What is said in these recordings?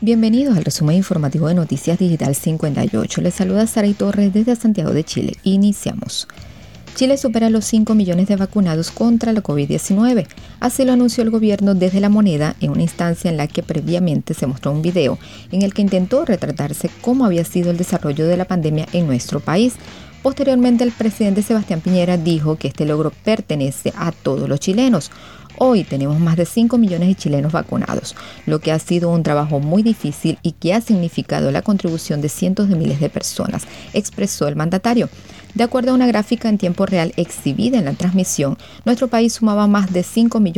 Bienvenidos al resumen informativo de Noticias Digital 58. Les saluda Saray Torres desde Santiago de Chile. Iniciamos. Chile supera los 5 millones de vacunados contra la COVID-19. Así lo anunció el gobierno desde La Moneda en una instancia en la que previamente se mostró un video en el que intentó retratarse cómo había sido el desarrollo de la pandemia en nuestro país. Posteriormente, el presidente Sebastián Piñera dijo que este logro pertenece a todos los chilenos. Hoy tenemos más de 5 millones de chilenos vacunados, lo que ha sido un trabajo muy difícil y que ha significado la contribución de cientos de miles de personas, expresó el mandatario. De acuerdo a una gráfica en tiempo real exhibida en la transmisión, nuestro país sumaba más de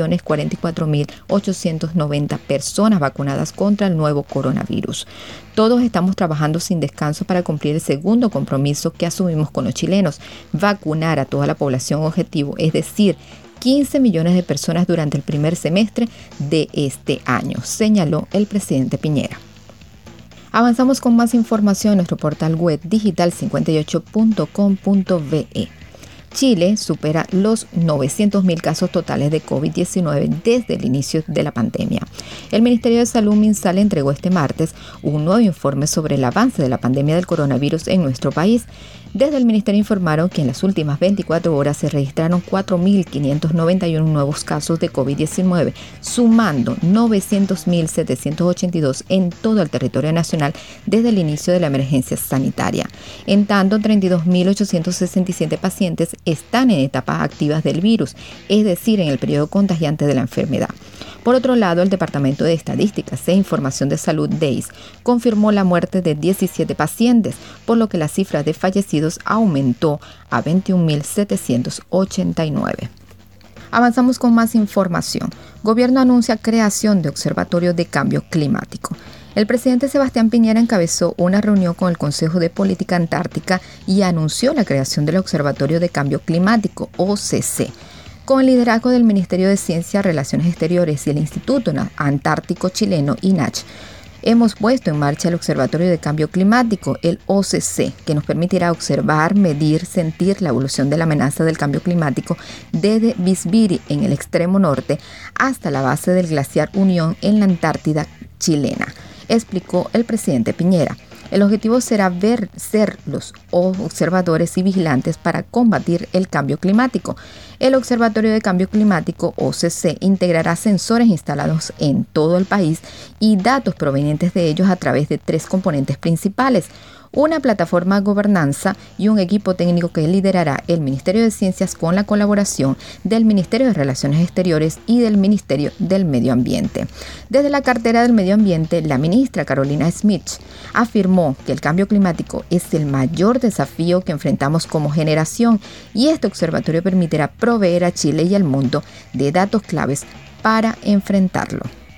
5.044.890 personas vacunadas contra el nuevo coronavirus. Todos estamos trabajando sin descanso para cumplir el segundo compromiso que asumimos con los chilenos, vacunar a toda la población objetivo, es decir, 15 millones de personas durante el primer semestre de este año, señaló el presidente Piñera. Avanzamos con más información en nuestro portal web digital58.com.be. Chile supera los 900.000 casos totales de COVID-19 desde el inicio de la pandemia. El Ministerio de Salud MinSal entregó este martes un nuevo informe sobre el avance de la pandemia del coronavirus en nuestro país. Desde el Ministerio informaron que en las últimas 24 horas se registraron 4.591 nuevos casos de COVID-19, sumando 900.782 en todo el territorio nacional desde el inicio de la emergencia sanitaria. En tanto, 32.867 pacientes están en etapas activas del virus, es decir, en el periodo contagiante de la enfermedad. Por otro lado, el Departamento de Estadísticas e Información de Salud, DEIS, confirmó la muerte de 17 pacientes, por lo que la cifra de fallecidos aumentó a 21.789. Avanzamos con más información. Gobierno anuncia creación de Observatorio de Cambio Climático. El presidente Sebastián Piñera encabezó una reunión con el Consejo de Política Antártica y anunció la creación del Observatorio de Cambio Climático, OCC. Con el liderazgo del Ministerio de Ciencia, Relaciones Exteriores y el Instituto Antártico Chileno, INACH, hemos puesto en marcha el Observatorio de Cambio Climático, el OCC, que nos permitirá observar, medir, sentir la evolución de la amenaza del cambio climático desde Visbiri, en el extremo norte, hasta la base del glaciar Unión en la Antártida chilena, explicó el presidente Piñera. El objetivo será ser los observadores y vigilantes para combatir el cambio climático. El Observatorio de Cambio Climático, OCC, integrará sensores instalados en todo el país y datos provenientes de ellos a través de 3 componentes principales: una plataforma de gobernanza y un equipo técnico que liderará el Ministerio de Ciencias con la colaboración del Ministerio de Relaciones Exteriores y del Ministerio del Medio Ambiente. Desde la cartera del Medio Ambiente, la ministra Carolina Smith afirmó que el cambio climático es el mayor desafío que enfrentamos como generación y este observatorio permitirá proveer a Chile y al mundo de datos claves para enfrentarlo.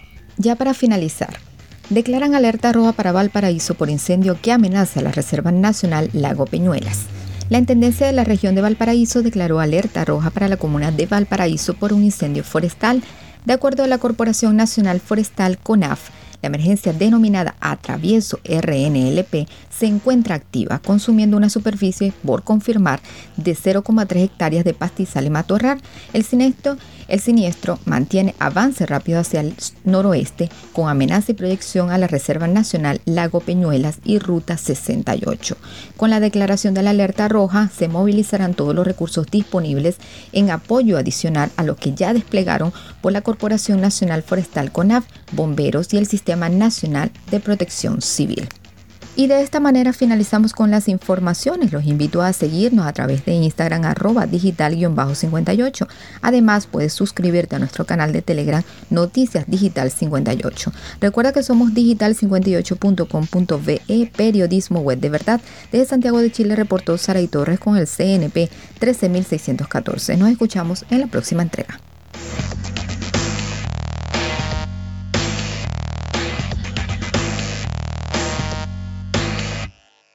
Ya para finalizar, declaran alerta roja para Valparaíso por incendio que amenaza la Reserva Nacional Lago Peñuelas. La Intendencia de la región de Valparaíso declaró alerta roja para la comuna de Valparaíso por un incendio forestal. De acuerdo a la Corporación Nacional Forestal, CONAF, la emergencia denominada Atravieso RNLP se encuentra activa, consumiendo una superficie, por confirmar, de 0,3 hectáreas de pastizal y matorral. El siniestro mantiene avance rápido hacia el noroeste, con amenaza y proyección a la Reserva Nacional Lago Peñuelas y Ruta 68. Con la declaración de la alerta roja, se movilizarán todos los recursos disponibles en apoyo adicional a lo que ya desplegaron por la Corporación Nacional Forestal CONAF, bomberos y el Sistema Nacional de Protección Civil. Y de esta manera finalizamos con las informaciones. Los invito a seguirnos a través de Instagram @digital_58. Además, puedes suscribirte a nuestro canal de Telegram Noticias Digital 58. Recuerda que somos digital58.com.be, periodismo web de verdad. Desde Santiago de Chile reportó Saray Torres con el CNP 13614. Nos escuchamos en la próxima entrega.